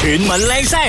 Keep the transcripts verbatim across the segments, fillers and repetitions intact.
全民靚聲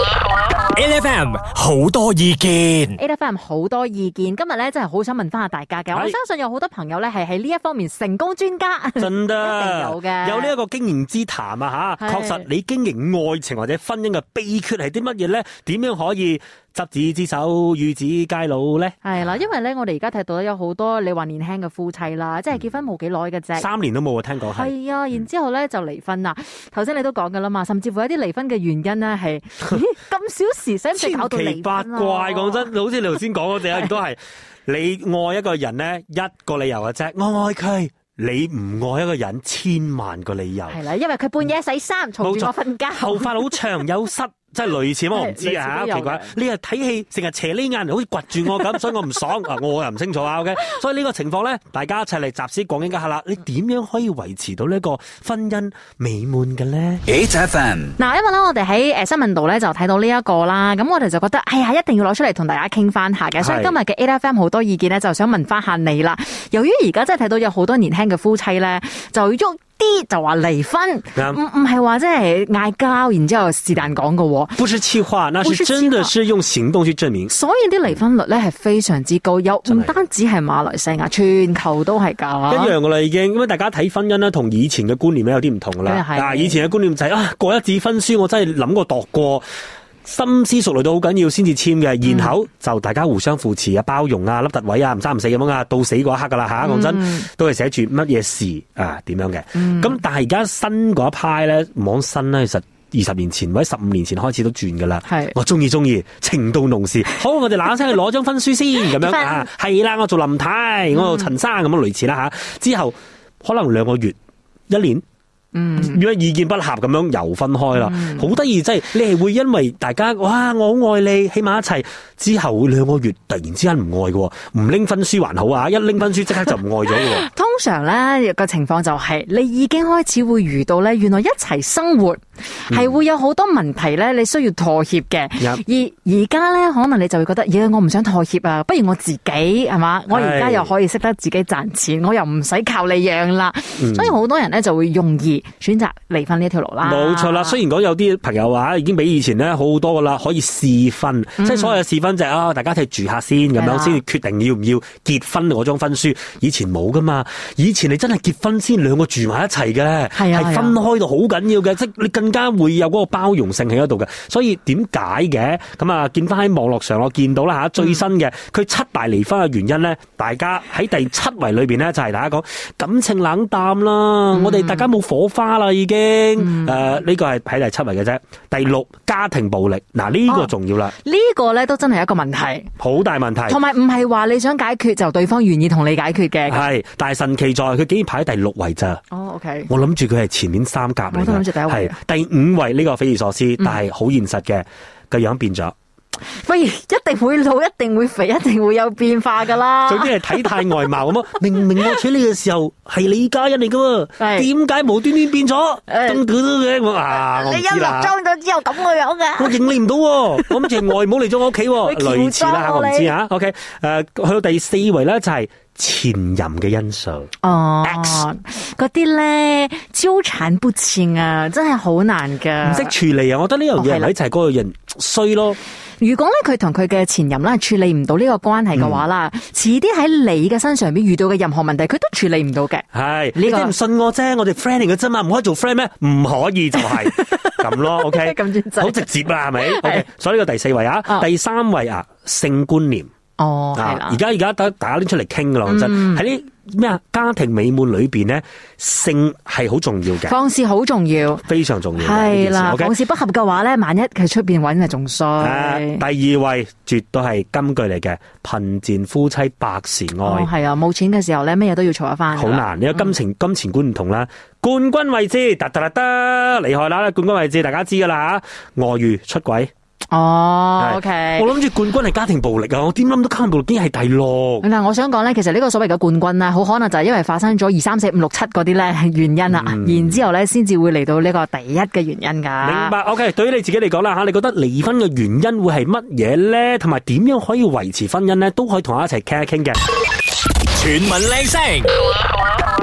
，L F M 好多意見 ，L F M 好多意見。今日咧真係好想問翻下大家嘅，我相信有好多朋友咧係喺呢一方面成功專家， 真的一定有嘅， 有呢一個經營之談啊吓。確實，你經營愛情或者婚姻嘅秘訣係啲乜嘢咧？點樣可以執子之手，與子偕老咧？ 係啦，因為咧我哋而家睇到有好多你話年輕嘅夫妻啦，即係結婚冇幾耐嘅啫， 三年都冇啊，聽講係。 係啊，然之後咧就離婚啦。頭先你都講噶啦嘛，甚至乎一啲離婚嘅原因咧係咁小事，使唔使搞到離婚啊？千奇百怪，講真，好似你頭先講嗰隻，亦都係你愛一個人咧，一個理由嘅啫，我愛佢。你唔愛一個人，千萬個理由。 係啦，因為佢半夜洗衫，嘈住我瞓覺， 頭髮好長有虱。即係類似，我唔知啊，奇怪。你係睇戲成日斜呢眼，好似掘住我咁，所以我唔爽啊！我又唔清楚啊。OK， 所以呢個情況咧，大家一齊嚟集思廣益一下啦。你點樣可以維持到呢個婚姻美滿嘅咧 ？H F M 嗱，因為咧我哋喺誒新聞度咧就睇到呢一個啦，咁我哋就覺得哎呀，一定要攞出嚟同大家傾翻下嘅。所以今日嘅 A F M 好多意見咧，就想問翻下你啦。由於而家真係睇到有好多年輕嘅夫妻咧，就喐啲就話離婚，唔唔係話即係嗌交，然之後是但講嘅。 不是氣話，那是真的是用行動去證明。 所以啲離婚率咧係非常之高，有唔單止係馬來西亞，全球都係㗎。 一樣㗎啦，已經。因為大家睇婚姻咧，同以前嘅觀念咧有啲唔同㗎啦。嗱，以前嘅觀念就係、是、啊，過一紙婚書，我真係諗過度過。深思熟慮到好緊要先至簽嘅，然後就大家互相扶持啊、包容啊、凹凸位啊、唔三唔四咁樣啊，到死嗰一刻噶啦吓，講真、嗯、都係寫住乜嘢事啊點樣嘅。咁、嗯、但係而家新嗰一派咧，唔講新啦，其實二十年前或者十五年前開始都轉噶啦。係我中意中意，情到濃時，好，我哋嗱嗱聲去攞張婚書先咁樣啊，係啦，我做林太，我做陳生咁樣類似啦吓。之後可能兩個月、一年。嗯，如果意見不合咁樣又分開啦，好得意，即係你係會因為大家哇，我好愛你，起碼一齊之後兩個月突然之間唔愛嘅，唔拎分書還好啊，一拎分書即刻就唔愛咗嘅。通常咧個情況就係、是、你已經開始會遇到咧，原來一齊生活係會有好多問題咧，你需要妥協嘅、嗯。而而家咧，可能你就會覺得，咦、欸，我唔想妥協啊，不如我自己係嘛，我而家又可以識得自己賺錢，我又唔使靠你養啦、嗯，所以好多人咧就會容易選擇離婚呢條路啦，冇錯啦。雖然講有啲朋友話已經比以前咧好好多噶啦，可以試婚，嗯、即係所謂嘅試婚就係、是、啊，大家一齊住下先咁樣，先至決定要唔要結婚嗰張婚書。以前冇噶嘛，以前你真係結婚先兩個住埋一齊嘅，係分開到好緊要嘅，即係你更加會有嗰個包容性喺嗰度嘅。所以點解嘅咁啊？見翻喺網絡上我見到啦吓，最新嘅佢、嗯、七大離婚嘅原因咧，大家喺第七位裏邊咧就係大家講感情冷淡啦、嗯，我哋大家冇火花啦。已經誒，呢、嗯呃這個係喺第七位嘅啫。第六，家庭暴力，嗱、這、呢個重要啦。哦這個、呢個咧都真係一個問題，好大問題。同埋唔係話你想解決就對方願意同你解決嘅。係，但係神奇在佢竟然排喺第六位咋。哦 ，OK。我諗住佢係前面三甲嚟嘅。我都諗住第一位。係第五位呢個匪夷所思，嗯、但係好現實嘅個樣變咗。不如一定會老，一定會肥，一定會有變化噶啦。總之係體態外貌咁啊！明明我娶你嘅時候係李嘉欣嚟噶，點解無端端變咗？咁屌嘅啊！你一落妝咗之後咁嘅樣嘅，我認你唔到。我諗住外母嚟咗我屋企，類似啦，我唔知啊。OK， 誒、呃，去到第四位咧就係前任嘅因素。哦，嗰啲咧糾纏不清啊，真係好難噶，唔識處理啊！我覺得呢樣嘢喺就係嗰個人衰咯。如果咧佢同佢嘅前任咧處理唔到呢個關係嘅話啦，遲啲喺你嘅身上邊遇到嘅任何問題，佢都處理唔到嘅。係、這個、你哋唔信我啫，我哋 friend 嚟嘅啫嘛，唔可以做 friend 咩？唔可以就係咁咯。OK， 咁好直接啦，係咪 ？OK， 所以呢個第四位啊，哦、第三位啊，性觀念。哦，係啦，而家而家大大家拎出嚟傾噶啦，講真喺呢咩啊家庭美滿裏邊咧，性係好重要嘅，放肆好重要，非常重要。係啦，放肆不合嘅話咧，萬一佢出邊搵係仲衰。第二位絕對係金句嚟嘅，貧賤夫妻百事哀。哦，係啊，冇錢嘅時候咧，咩嘢都要嘈一番。好難，你有金錢、嗯、金錢觀唔同啦。冠軍位置，得得得得，厲害啦！冠軍位置大家知噶啦吓，外遇出軌。哦 ，OK， 我諗住冠軍係家庭暴力啊，我點諗到家庭暴力竟然係第六。嗱，我想講咧，其實呢個所謂嘅冠軍咧，好可能就係因為發生咗二三四五六七嗰啲咧原因啦，嗯、然之後咧先至會嚟到呢個第一嘅原因噶。明白 ，OK， 對於你自己嚟講啦吓，你覺得離婚嘅原因會係乜嘢咧？同埋點樣可以維持婚姻咧？都可以同我一齊傾一傾嘅。全民靚聲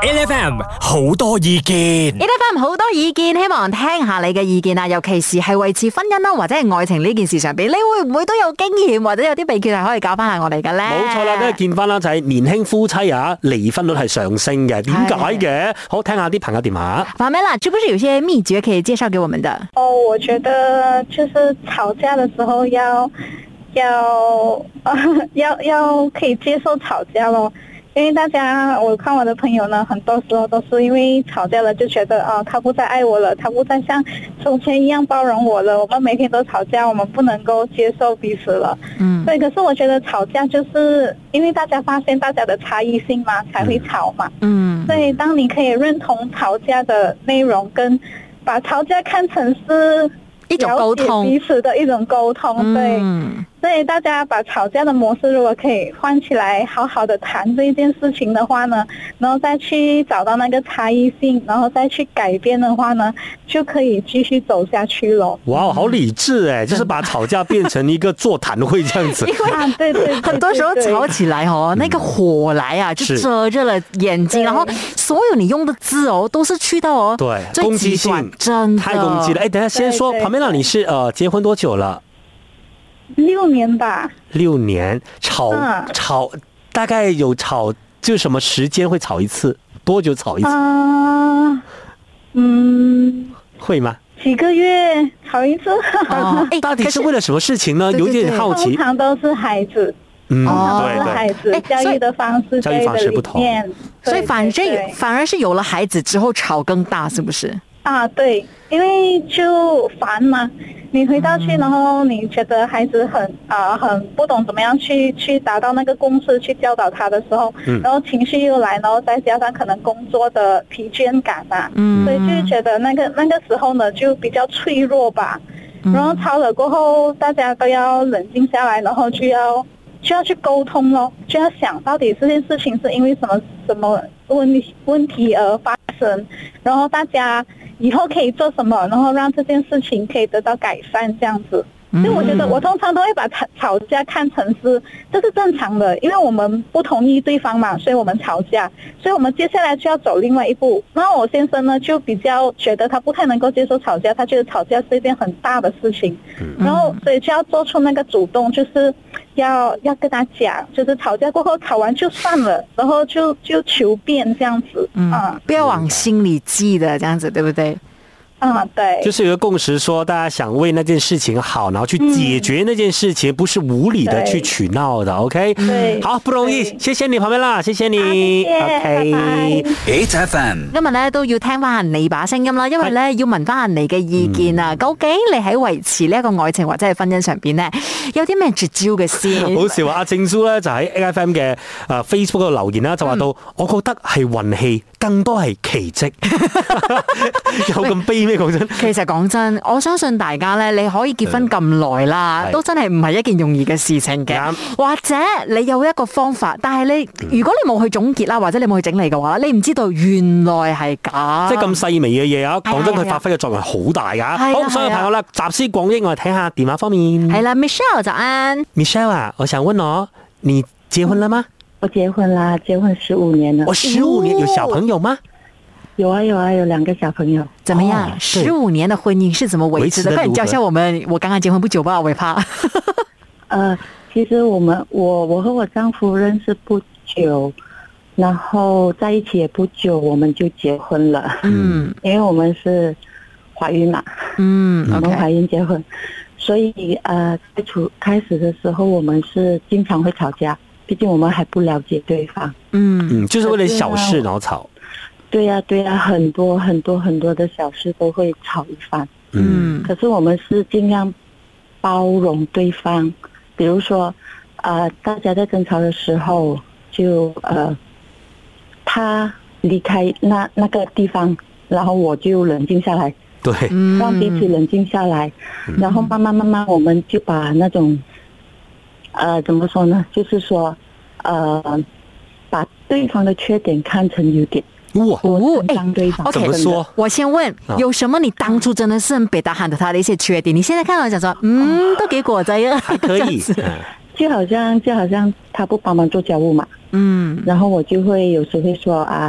L F M 好多意見 ，L F M 好多意見，希望聽下你嘅意見啊，尤其是係維持婚姻啦，或者係愛情呢件事上邊，你會唔會都有經驗或者有啲秘訣係可以教翻下我哋嘅咧？ 冇錯啦，都係見翻啦，就係年輕夫妻啊，離婚率係上升嘅，點解嘅？好，聽下啲朋友電話。 Pamela，是不是有些秘訣可以介紹給我們的？ 哦，我覺得就是吵架的時候要要、呃、要要可以接受吵架咯。因為大家，我看我的朋友呢，很多時候都是因為吵架了，就覺得啊、呃，他不再愛我了，他不再像從前一樣包容我了。我們每天都吵架，我們不能夠接受彼此了。嗯，對。可是我覺得吵架就是因為大家發現大家的差異性嘛，才會吵嘛。嗯。所以當你可以認同吵架的內容，跟把吵架看成是一種溝通， 彼此的一種溝通，對。嗯。所以大家把吵架的模式如果可以換起來，好好的談這一件事情的話呢，然後再去找到那個差異性，然後再去改變的話呢，就可以繼續走下去咯。 哇，好理智誒，就是把吵架變成一個座談會這樣子。 啊，對對， 很多時候吵起來哦，那個火來啊，就遮着了眼睛，然後所有你用的字哦，都是去到哦， 對，攻擊性， 真的太攻擊了。誒，等下先說，Pamela，你是呃結婚多久了？ 六年吧， 六年吵、嗯、吵，大概有吵就什麼時間會吵一次？多久吵一次？啊、呃，嗯，會嗎？ 幾個月吵一次？ 哦、到底是為了什麼事情呢？有點好奇。 通常都是孩子， 嗯， 通常都是孩子，教育的方式， 教育方式不同， 所以反正反而是有了孩子之後吵更大，是不是？ 啊，對，因為就煩嘛。你回到去，然後你覺得孩子很啊、呃、很不懂怎麼樣去去達到那個共識，去教導他的時候，嗯、然後情緒又來，然後再加上可能工作的疲倦感啊，嗯、所以就覺得那個那個時候呢就比較脆弱吧。嗯、然後吵了過後，大家都要冷靜下來，然後就要就要去溝通咯，就要想到底這件事情是因為什麼什麼問問題而發生，然後大家以後可以做什麼，然後讓這件事情可以得到改善，這樣子。所以我覺得我通常都會把吵吵架看成是這是正常的，因為我們不同意對方嘛，所以我們吵架，所以我們接下來就要走另外一步。然後我先生呢就比較覺得他不太能夠接受吵架，他覺得吵架是一件很大的事情，然後所以就要做出那個主動，就是要要跟他講，就是吵架過後吵完就算了，然後就就求變這樣子，嗯， 不要往心裡記的這樣子，對不對？ 嗯，對， 就是有個共識，說大家想為那件事情好，然後去解決那件事情，嗯、不是無理的去取鬧的。OK， 對， 好，不容易，謝謝你，Pamela，謝謝你。 謝謝 OK， H F M， 今日咧都要聽翻下你把聲音啦，因為咧要問翻下你嘅意見啊。嗯、究竟你喺維持呢一個愛情或者係婚姻上邊咧，有啲咩絕招嘅先？ 好笑啊！阿正叔咧就喺 A F M 嘅誒 Facebook 度留言啦，就話到，嗯、我覺得係運氣，更多係奇蹟。有咁悲咩？講真， 其實講真，我相信大家咧，你可以結婚咁耐啦，都真係唔係一件容易嘅事情嘅。嗯、或者你有一個方法，但係你如果你冇去總結啦，或者你冇去整理嘅話，你唔知道原來係假。 即係咁細微嘅嘢啊！講真，佢發揮嘅作用係好大噶。好，所有朋友啦，集思廣益，我哋睇下電話方面。 係啦 ，Michelle 早安。 Michelle 啊，我想問我，你結婚了嗎？ 我結婚啦，結婚十五年了。 我十五年有小朋友嗎？ 有啊有啊，有兩個小朋友。 怎麼樣？十五、哦、年的婚姻是怎麼維持的？快點教一下我們。我剛剛結婚不久吧，我也怕。 呃，其實我們我我和我丈夫認識不久，然後在一起也不久，我們就結婚了。嗯，因為我們是懷孕嘛。嗯，我們懷孕結婚，所以呃，最初開始的時候，我們是經常會吵架，畢竟我們還不了解對方。嗯嗯，就是為了小事然後吵。 對呀、啊、對呀、啊，很多很多很多的小事都會吵一番。嗯，可是我們是盡量包容對方。比如說，呃，大家在爭吵的時候，就呃，他離開那那個地方，然後我就冷靜下來。 對， 讓彼此冷靜下來，嗯、然後慢慢慢慢，我們就把那種，呃，怎麼說呢？就是說，呃，把對方的缺點看成優點。 哇哦，哎 ，OK，怎麼說？ 我先問，有什麼你當初真的是很北大喊的他的一些缺點？你現在看到講說，嗯，都給果仔啊， 還可以， 就好像就好像他不幫忙做家務嘛，嗯，然後我就會有時會說啊，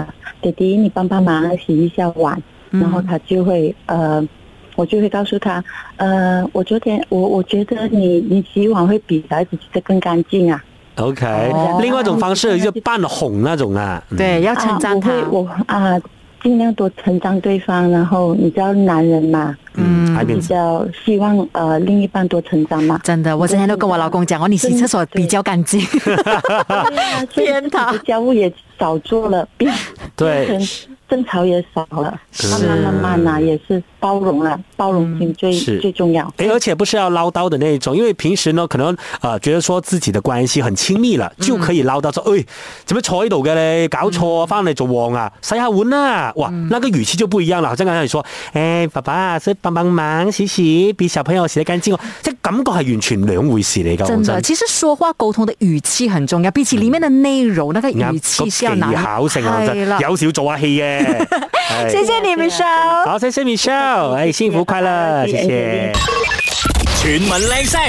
弟弟你帮帮忙洗一下碗，然后他就会呃。我就会告诉他，呃，我昨天我我觉得你你洗碗会比小孩子洗得更干净啊。 OK，、哦、另外一种方式就扮哄那种啊， 对，要称赞他。 啊、我啊，尽量多称赞对方，然后你知道男人嘛，嗯，比较希望呃另一半多称赞嘛。 真的，我之前都跟我老公讲，哦，你洗厕所比较干净， 天哪，家务也少做了，变对。 争吵也少了，慢慢慢慢啊，也是包容了，包容心最、嗯、最重要。 哎，而且不是要唠叨的那一种，因为平时呢，可能呃觉得说自己的关系很亲密了，嗯、就可以唠叨說，哎，怎麼坐喺度嘅咧？搞錯，翻嚟做旺啊，洗下碗啊，哇，嗯、那個語氣就不一樣了。好像剛才你說，哎，爸爸，所以幫幫忙洗洗，比小朋友洗得乾淨哦，即係感覺係完全兩回事嚟㗎。 真的，其實說話溝通的語氣很重要，比起裡面的內容，嗯、那個語氣是要拿技巧性啊，有少做下戲嘅。 謝謝你 Michelle， 好，謝謝 Michelle， 哎，幸福快樂，謝謝。 全民靚聲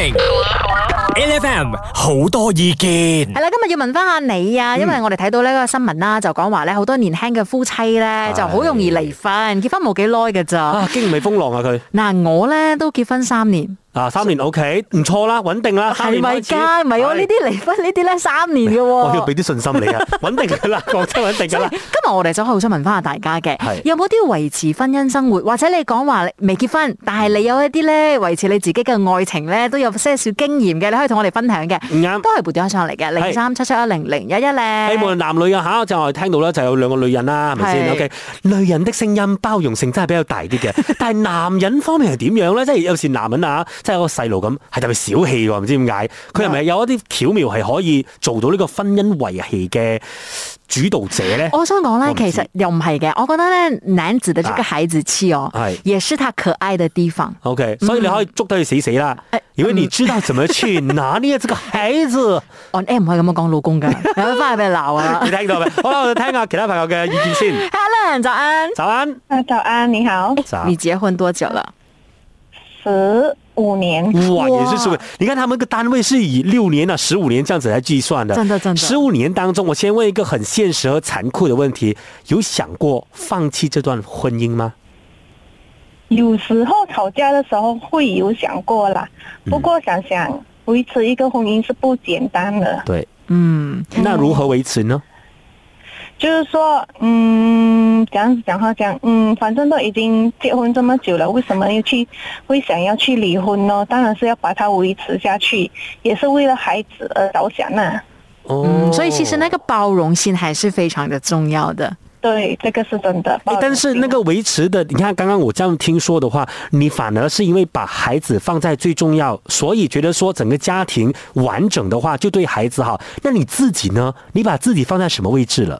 ，L F M 好多意見。 係啦，今日要問翻下你啊，因為我哋睇到呢個新聞啦，就講話咧好多年輕嘅夫妻咧就好容易離婚，結婚冇幾耐嘅咋。 啊，經未風浪啊佢。 嗱，我咧都結婚三年。 啊，三年 OK， 唔錯啦，穩定啦，三年開始。係咪㗎？ 唔係我呢啲離婚呢啲咧三年嘅喎。 我要俾啲信心你啊，穩定㗎啦，講真穩定㗎啦。 今日我哋就好想問翻下大家嘅，有冇啲維持婚姻生活，或者你講話未結婚，但係你有一啲咧維持你自己嘅愛情咧，都有些少經驗嘅，你可以同我哋分享嘅。唔啱，都係撥電話上嚟嘅，零三七七一零零一一咧。 希望男女啊嚇，就我哋聽到咧就有兩個女人啦，係咪先 ？OK， 女人的聲音包容性真係比較大啲嘅，但係男人方面係點樣咧？即係有時男人啊，即係個細路咁。係特別小氣喎，唔知點解佢係咪有一啲巧妙係可以做到呢個婚姻維繫嘅主導者咧？ 我想講咧，其實又唔係嘅，我覺得咧，男子的這個孩子氣哦，係、啊，也是他可愛的地方。OK，、嗯、所以你可以捉到佢死死啦，因為你知道怎麼去拿捏這個孩子。我誒唔可以咁樣講老公㗎，有冇翻去俾你鬧啊？你聽到未？好啦，我哋聽下其他朋友嘅意見先。Helen， 早安。早安。 啊，早安，你好。 你結婚多久了？ 十五年。 哇，也是十五。你看他們個單位是以六年啊、十五年這樣子來計算的。 真的，真的。 十五年當中，我先問一個很現實和殘酷的問題：有想過放棄這段婚姻嗎？ 有時候吵架的時候會有想過啦，不過想想維持一個婚姻是不簡單的。 對，嗯，那如何維持呢？ 就是說，嗯，這樣子講話講，嗯，反正都已經結婚這麼久了，為什麼要去會想要去離婚呢？當然是要把它維持下去，也是為了孩子而着想啊。 哦、嗯，所以其實那個包容性還是非常的重要的。 對，這個是真的。 但是那個維持的，你看剛剛我這樣聽說的話，你反而是因為把孩子放在最重要，所以覺得說整個家庭完整的話就對孩子好。那你自己呢？你把自己放在什麼位置了？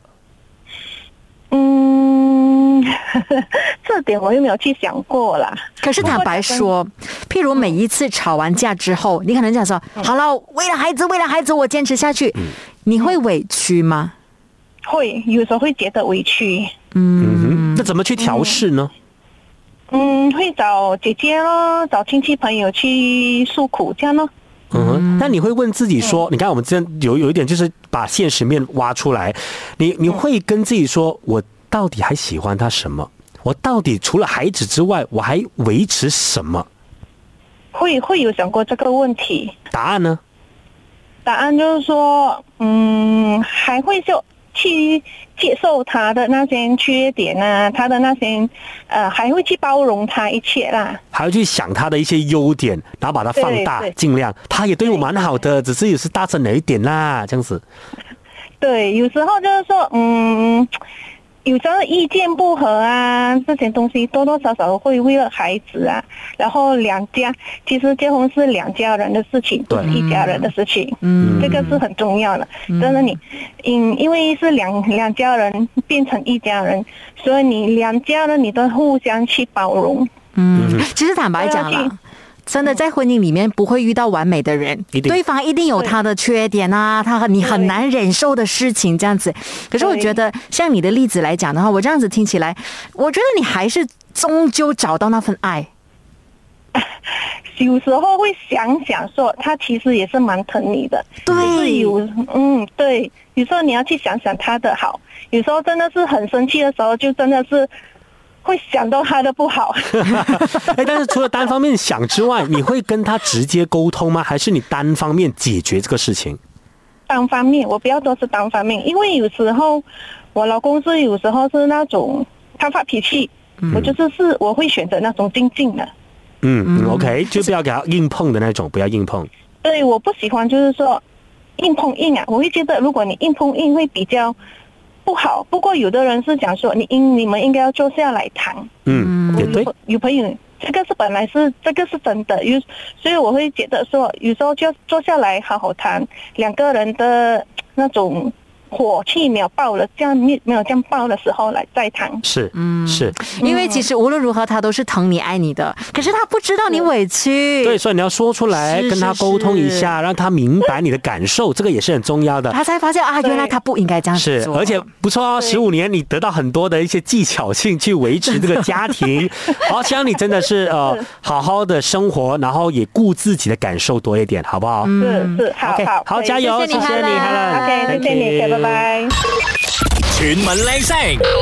嗯，這點我又沒有去想過啦。 可是坦白說，譬如每一次吵完架之後，你可能講說，嗯、好了，為了孩子，為了孩子，我堅持下去。嗯、你會委屈嗎？ 會，有時候會覺得委屈。 嗯，那怎麼去調試呢？ 嗯，會找姐姐咯，找親戚朋友去訴苦，這樣咯。 嗯，那你會問自己說，你看我們之前有有一點就是把現實面挖出來，你你會跟自己說，我到底還喜歡他什麼？我到底除了孩子之外，我還維持什麼？ 會會有想過這個問題？ 答案呢？ 答案就是說，嗯，還會就去接受他的那些缺點啊，他的那些，呃，還會去包容他一切啦， 還要去想他的一些優點，然後把它放大，盡量。他也對我蠻好的，只是有時大聲了一點啦，這樣子。 對，有時候就是說，嗯。有時候意見不合啊，這些東西多多少少會為了孩子啊，然後兩家其實結婚是兩家人的事情，不是一家人的事情，嗯，這個是很重要的。真的你，因因為是兩兩家人變成一家人，所以你兩家人你都互相去包容。 嗯，其實坦白講啦。真的在婚姻裏面不會遇到完美的人，對方一定有他的缺點啊，他你很難忍受的事情這樣子。可是我覺得像你的例子來講的話，我這樣子聽起來，我覺得你還是終究找到那份愛。 有时候会想想说，他其实也是蛮疼你的。 对， 有嗯对，有时候你要去想想他的好，有时候真的是很生气的时候，就真的是会想到他的不好。 哎，但是除了单方面想之外，你会跟他直接沟通吗？还是你单方面解决这个事情？ 单方面，我比较多是单方面，因为有时候我老公是有时候是那种他发脾气，嗯、我就是是我会选择那种静静的。 嗯 ，OK， 就不要给他硬碰的那种，不要硬碰。 对，我不喜欢就是说硬碰硬啊，我会觉得如果你硬碰硬会比较不好。不过有的人是讲说，你应你们应该要坐下来谈。 嗯，也对。 有朋友，这个是本来是这个是真的，有所以我会觉得说，有时候就要坐下来好好谈，两个人的那种火气没有爆了，这样没没有这样爆的时候来再谈。 是，嗯，是， 因为其实无论如何他都是疼你爱你的，可是他不知道你委屈。 对，所以你要说出来，跟他沟通一下，让他明白你的感受，这个也是很重要的。 他才发现啊，原来他不应该这样子做。 是，而且不错啊，十五年你得到很多的一些技巧性去维持这个家庭。好，希望你真的是呃好好的生活，然后也顾自己的感受多一点，好不好？ 是是，好 ，OK， 好，加油， 谢谢你 ，Helen，OK， 谢谢你，拜拜。 全民靚聲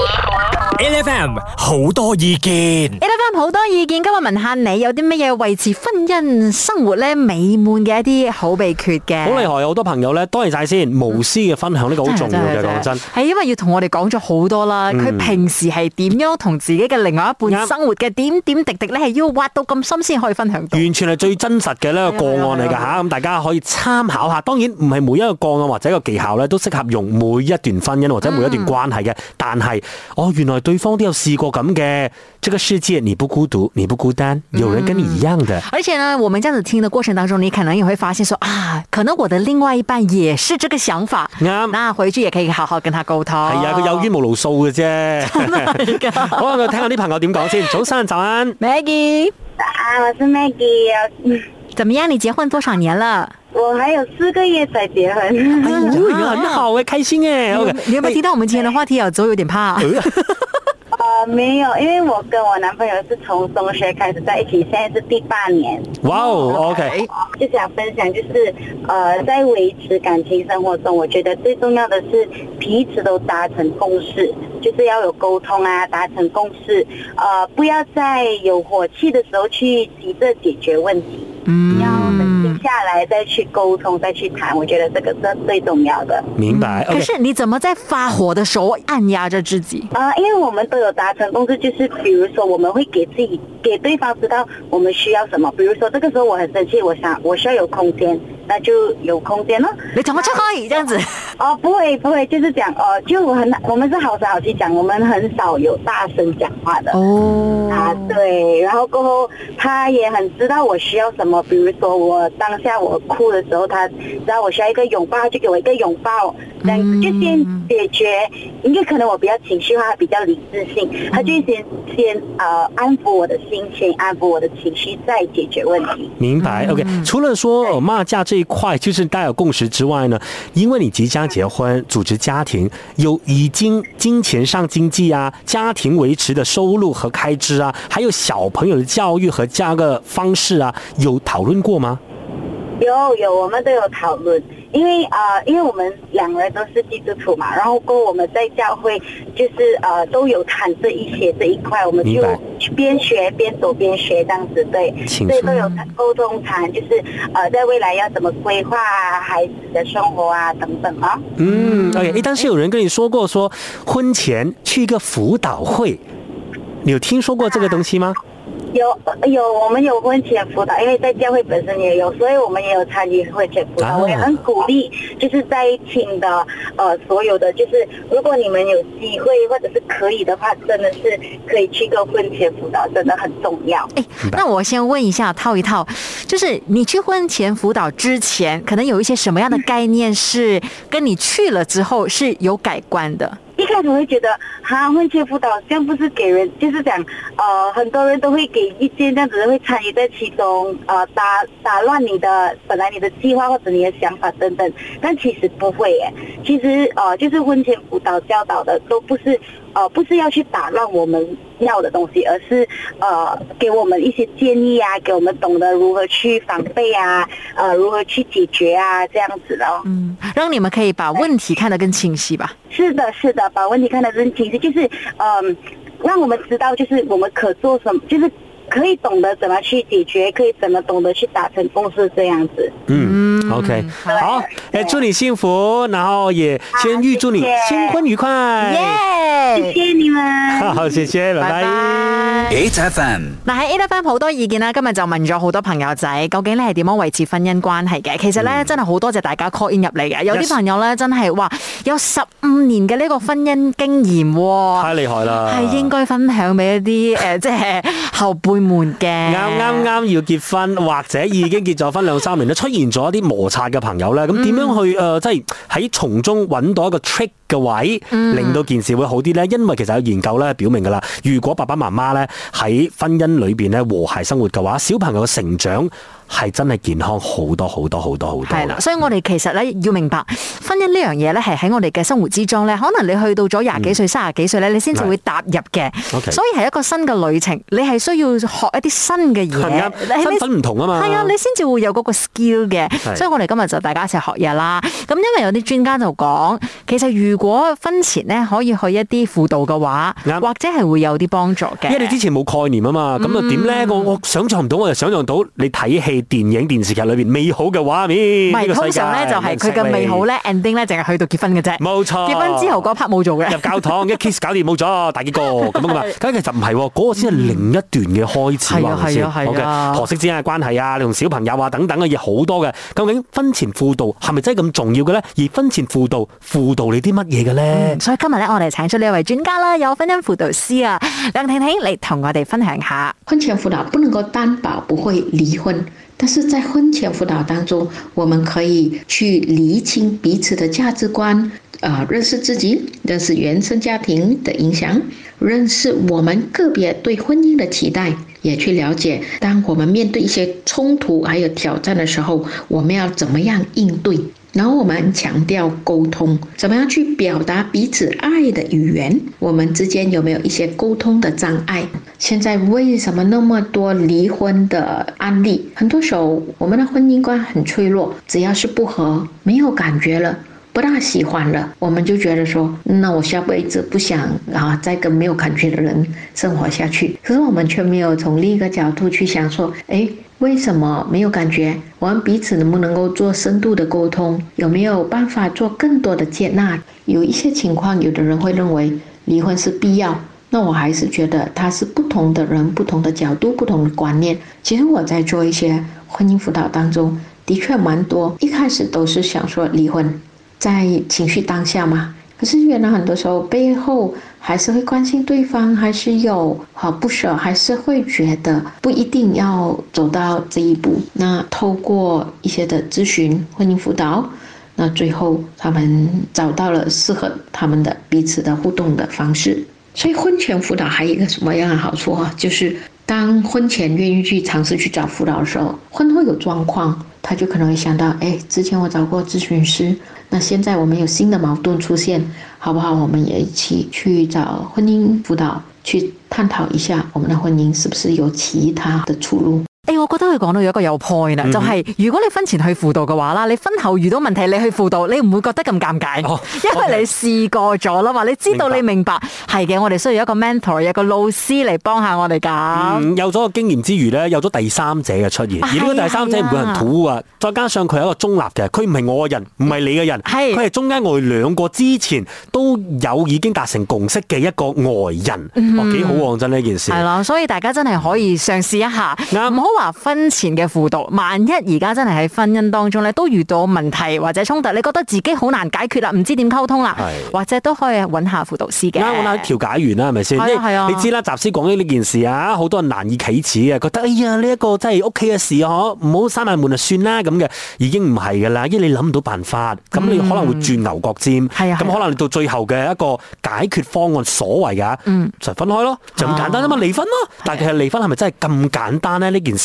，L F M 好多意見 ，L F M 好多意見。今日問下你有啲乜嘢維持婚姻生活咧美滿嘅一啲好秘訣嘅？ 好厲害，好多朋友咧，多謝晒先，無私嘅分享呢個好重要嘅，講真。 係因為要同我哋講咗好多啦，佢、嗯、平時係點樣同自己嘅另外一半生活嘅點點滴滴咧，係要挖到咁深先可以分享到。完全係最真實嘅呢個個案嚟㗎嚇，咁大家可以參考下。當然唔係每一個個案或者一個技巧咧都適合用每一段婚姻或者每一段關係嘅，嗯、但係哦原來對方都有試過咁嘅。這個世界你不孤獨，你不孤單，有人跟你一樣的。 嗯、而且呢，我們這樣子聽的過程當中，你可能也會發現說啊，可能我的另外一半也是這個想法。 啱， 那回去也可以好好跟他溝通。 係啊，佢有冤無路訴嘅啫。好，我聽下啲朋友點講先。早晨，早安 ，Maggie。 啊，我是 Maggie。 怎麼樣？你結婚多少年了？ 我還有四個月才結婚。 哎呀，很好誒，開心誒。 Okay. 你有沒有聽到我們今天的話題啊？走有點怕。 呃，沒有，因為我跟我男朋友是從中學開始在一起，現在是第八年。 哇哦 ，OK。 就想分享，就是呃，在維持感情生活中，我覺得最重要的是彼此都達成共識，就是要有溝通啊，達成共識。呃，不要在有火氣的時候去急着解決問題。嗯。要冷靜下來，再去溝通，再去談。我覺得這個是最重要的。 明白。 可是你怎麼在發火的時候按壓着自己？ 啊、呃，因為我們都有達成共識，就是比如說我們會給自己、給對方知道我們需要什麼。比如說這個時候我很生氣，我想我需要有空間，那就有空間咯。 你怎麼出可以這樣子？ 哦，不會不會，就是講哦、呃，就我很我們是好聲好氣講，我們很少有大聲講話的。哦。啊，對，然後過後他也很知道我需要什麼，比如說我當下我哭的時候，他知道我需要一個擁抱，他就給我一個擁抱，這樣子就先解決。因為可能我比較情緒化，比較理智性，他就先先呃安撫我的心情，安撫我的情緒，再解決問題。 明白 ，OK。除了說罵架這一塊，就是大家有共識之外呢，因為你即將結婚，組織家庭，有已經金錢上經濟啊，家庭維持的收入和開支啊，還有小朋友的教育和這個方式啊，有討論過嗎？ 有有，我們都有討論。因為啊、呃，因為我們兩個人都是基督徒嘛，然後過後我們在教會就是呃都有談這一些這一塊，我們就邊學邊走邊學這樣子，對，所以都有溝通談，就是呃在未來要怎麼規劃孩子的生活啊等等啊。 嗯 ，OK， 但是有人跟你說過說婚前去一個輔導會，你有聽說過這個東西嗎？ 有有，我們有婚前輔導，因為在教會本身也有，所以我們也有參與婚前輔導。我也很鼓勵，就是在聽的，呃，所有的，就是如果你們有機會或者是可以的話，真的是可以去個婚前輔導，真的很重要。 誒，那我先問一下，套一套，就是你去婚前輔導之前，可能有一些什麼樣的概念是跟你去了之後是有改觀的？ 一開始我會覺得，哈，婚前輔導這樣不是給人，就是講，呃，很多人都會給意見，這樣子會參與在其中，呃，打打亂你的本來你的計劃或者你的想法等等。但其實不會耶，其實呃，就是婚前輔導教導的都不是，呃，不是要去打亂我們要的东西，而是呃给我们一些建议啊，给我们懂得如何去防备啊，呃如何去解决啊，这样子的哦。 嗯，让你们可以把问题看得更清晰吧。 是的，是的，把问题看得更清晰，就是嗯、呃，让我们知道就是我们可做什么，就是可以懂得怎么去解决，可以怎么懂得去达成共识这样子。 嗯 ，OK， 好，哎，祝你幸福，然後也先預祝你新婚愉快， 耶！ 謝謝你們， 好，謝謝，拜拜。 H F M 嗱喺 A F M 好多意見啦，今日就問咗好多朋友仔，究竟你係點樣維持婚姻關係嘅？其實咧、嗯、真係好多謝大家 call in 入嚟嘅，有啲朋友咧真係話有十五年嘅呢個婚姻經驗喎， 太厲害啦， 係應該分享俾一啲誒即係後輩們嘅。啱啱啱要結婚或者已經結咗婚兩三年都出現咗一啲摩擦嘅朋友咧，咁點樣去誒即係喺從中揾到一個 trick 嘅位，令到件事會好啲咧？因為其實有研究咧表明噶啦，如果爸爸媽媽咧喺婚姻裏邊咧和諧生活嘅話，小朋友嘅成長係真係健康好多好多好多好多。係啦， 所以我哋其實咧要明白婚姻呢樣嘢咧係喺我哋嘅生活之中咧，可能你去到咗廿幾歲、三十幾歲咧，你先至會踏入嘅。Okay. 所以係一個新嘅旅程，你係需要學一啲新嘅嘢。 身份唔同啊嘛。 係啊，你先至會有嗰個 skill 嘅。所以我哋今日就大家一齊學嘢啦。咁因為有啲專家就講，其實如果婚前咧可以去一啲輔導嘅話，或者係會有啲幫助嘅。 因為你之前冇概念啊嘛，咁啊點咧？我我想象唔到，我就想象到你睇戲、電影、電視劇裏邊美好嘅畫面。 唔係，通常咧就係佢嘅美好咧 ending 咧，淨係去到結婚嘅啫。 冇錯。結婚之後嗰 part 冇做嘅。 入教堂一 kiss 搞掂冇咗，大結局咁啊嘛。咁其實唔係，嗰、嗰個先係另一段嘅開始。係啊係啊係啊。婆媳之間嘅關係啊，你同小朋友啊等等嘅嘢好多嘅。究竟婚前輔導係咪真係咁重要嘅咧？而婚前輔導輔導你啲乜嘢嘅咧？ 所以今日咧，我哋請出呢一位專家啦，有婚姻輔導師啊，梁婷婷嚟同我哋分享下。 婚前輔導不能夠擔保不會離婚，但是在婚前輔導當中，我們可以去釐清彼此的價值觀，呃，認識自己，認識原生家庭的影響，認識我們個別對婚姻的期待，也去了解當我們面對一些衝突還有挑戰的時候，我們要怎麼樣應對。然後我們強調溝通，怎麼樣去表達彼此愛的語言？我們之間有沒有一些溝通的障礙？現在為什麼那麼多離婚的案例？很多時候我們的婚姻觀很脆弱，只要是不合，沒有感覺了，不大喜歡了，我們就覺得說，那我下輩子不想啊再跟沒有感覺的人生活下去。可是我們卻沒有從另一個角度去想說，誒，為什麼沒有感覺？我們彼此能不能夠做深度的溝通？有沒有辦法做更多的接納？有一些情況，有的人會認為離婚是必要，那我還是覺得它是不同的人、不同的角度、不同的觀念。其實我在做一些婚姻輔導當中，的確蠻多，一開始都是想說離婚，在情緒當下嘛。可是原來很多時候背後還是會關心對方，還是有好不捨，還是會覺得不一定要走到這一步。那透過一些的諮詢、婚姻輔導，那最後他們找到了適合他們的彼此的互動的方式。所以婚前輔導還有一個什麼樣的好處啊？就是當婚前願意去嘗試去找輔導的時候，婚後有狀況，他就可能會想到，哎，之前我找過諮詢師，那現在我們有新的矛盾出現，好不好？我們也一起去找婚姻輔導，去探討一下我們的婚姻是不是有其他的出路。 誒、欸，我覺得佢講到有一個有 point 啦、嗯，就係、是、如果你婚前去輔導嘅話啦，你婚後遇到問題，你去輔導，你唔會覺得咁尷尬、哦，因為你試過咗啦嘛，你知道你明白係嘅，我哋需要一個 mentor， 一個老師嚟幫下我哋噶、嗯。有咗個經驗之餘咧，有咗第三者嘅出現，啊、而呢個第三者唔會人土啊，再加上佢係一個中立嘅，佢唔係我嘅人，唔係你嘅人，佢係中間我哋兩個之前都有已經達成共識嘅一個外人，嗯、哦，幾好喎！真呢件事係啦，所以大家真係可以嘗試一下，唔好話婚前嘅輔導，萬一而家真係喺婚姻當中咧，都遇到問題或者衝突，你覺得自己好難解決啦，唔知點溝通啦，或者都可以揾下輔導師嘅。啱，揾下調解員啦，係咪先？係啊，你知啦，集思講呢件事啊，好多人難以啟齒啊，覺得哎呀呢一、這個真係屋企嘅事嗬，唔好閂埋門就算啦咁嘅，已經唔係噶啦，因為你諗唔到辦法，咁、嗯、你可能會轉牛角尖，咁可能你到最後嘅一個解決方案，所謂噶，嗯，就分開咯，就咁簡單啊嘛，離婚咯。但係其實離婚係咪真係咁簡單咧？呢件事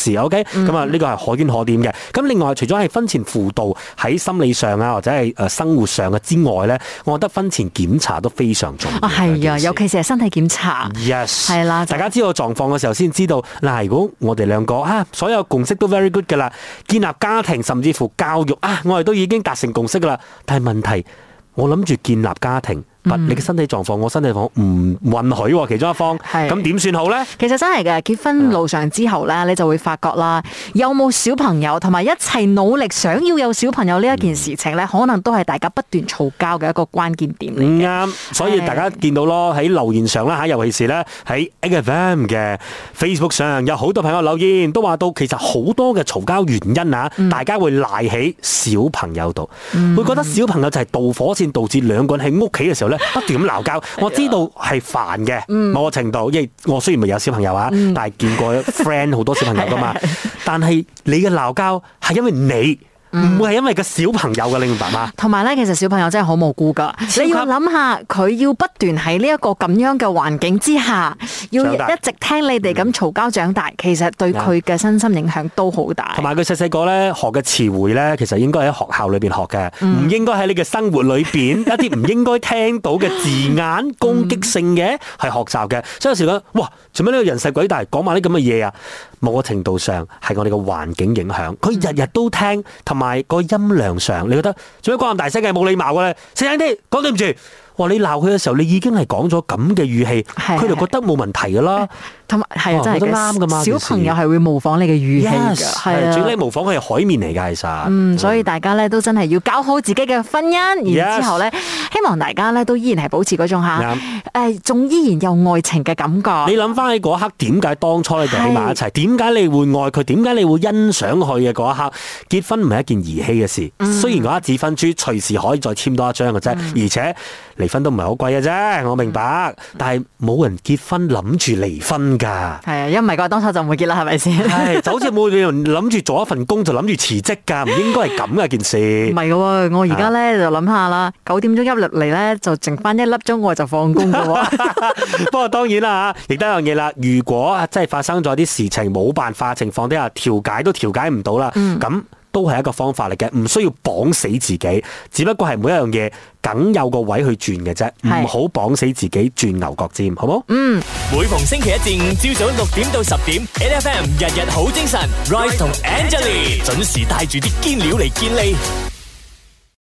事 ，OK？咁啊呢個係可圈可點嘅。咁另外除咗係婚前輔導喺心理上啊或者係誒生活上嘅之外咧，我覺得婚前檢查都非常重要。 啊係啊，尤其是係身體檢查。 Yes， 係啦， 大家知道狀況嘅時候先知道。嗱，如果我哋兩個啊，所有共識都 very good 噶啦，建立家庭甚至乎教育啊，我哋都已經達成共識噶啦。但係問題，我諗住建立家庭。嗯、你嘅身體狀況，我身體狀況唔允許，其中一方，咁點算好咧？ 其實真係嘅，結婚路上之後咧，你就會發覺啦，有冇小朋友同埋一齊努力想要有小朋友呢一件事情咧，嗯、可能都係大家不斷嘈交嘅一個關鍵點嚟嘅。啱， 所以大家見到咯，喺留言上啦嚇，尤其是咧喺 A F M 嘅 Facebook 上，有好多朋友留言都話到，其實好多嘅嘈交原因啊，嗯、大家會賴喺小朋友度，嗯、會覺得小朋友就係導火線，導致兩個人喺屋企嘅時候咧，不斷咁鬧交，我知道係煩嘅，某個程度，因為我雖然未有小朋友啊，嗯、但係見過 friend 好多小朋友噶嘛，但係你嘅鬧交係因為你。唔會係因為個小朋友嘅，你明白嗎？ 同埋咧，其實小朋友真係好無辜噶。你要諗下，佢要不斷喺呢一個咁樣嘅環境之下，要一直聽你哋咁嘈交長大，其實對佢嘅身心影響都好大。 同埋佢細細個咧學嘅詞彙咧，其實應該喺學校裏邊學嘅，唔、嗯、應該喺你嘅生活裏邊一啲唔應該聽到嘅字眼、攻擊性嘅係學習嘅。所以有時講，哇，做咩呢個人細鬼大講埋啲咁嘅嘢啊？某個程度上係我哋嘅環境影響，佢日日都聽，同埋個音量上，你覺得做咩講咁大聲嘅冇禮貌嘅咧？細聲啲，講對唔住。哇！你鬧佢嘅時候，你已經係講咗咁嘅語氣，佢就覺得冇問題噶啦。 同埋係啊，真係啱噶嘛。 小朋友係會模仿你嘅語氣㗎，係啊。 最叻模仿佢係海綿嚟㗎，其實。 嗯，所以大家咧都真係要搞好自己嘅婚姻，然之後咧，希望大家咧都依然係保持嗰種嚇，誒，仲依然有愛情嘅感覺。 你諗翻起嗰一刻，點解當初你哋喺埋一齊？點解你會愛佢？點解你會欣賞佢嘅嗰一刻？結婚唔係一件兒戲嘅事。嗯、雖然嗰一紙婚書隨時可以再簽多一張嘅啫，嗯、而且離婚都唔係好貴嘅啫，我明白。嗯、但係冇人結婚諗住離婚㗎。 係啊，因為唔係嘅話，當初就唔會結啦，係咪先？ 係就好似冇人諗住做一份工就諗住辭職㗎，唔應該係咁嘅件事。 唔係嘅喎，我而家咧就諗下啦，九點鐘一落嚟咧就剩翻一粒鐘，我就放工嘅喎。 不過當然啦嚇，亦都有樣嘢啦。如果真係發生咗啲事情冇辦法情況底下調解都調解唔到啦，咁、嗯。都係一個方法嚟嘅，唔需要綁死自己，只不過係每一樣嘢梗有個位去轉嘅啫，唔好綁死自己轉牛角尖，好冇？ 嗯， 每逢星期一至五朝早六點到十點 ，N F M 日日好精神 ，Rise 同 Angelie 準時帶住啲堅料嚟健利。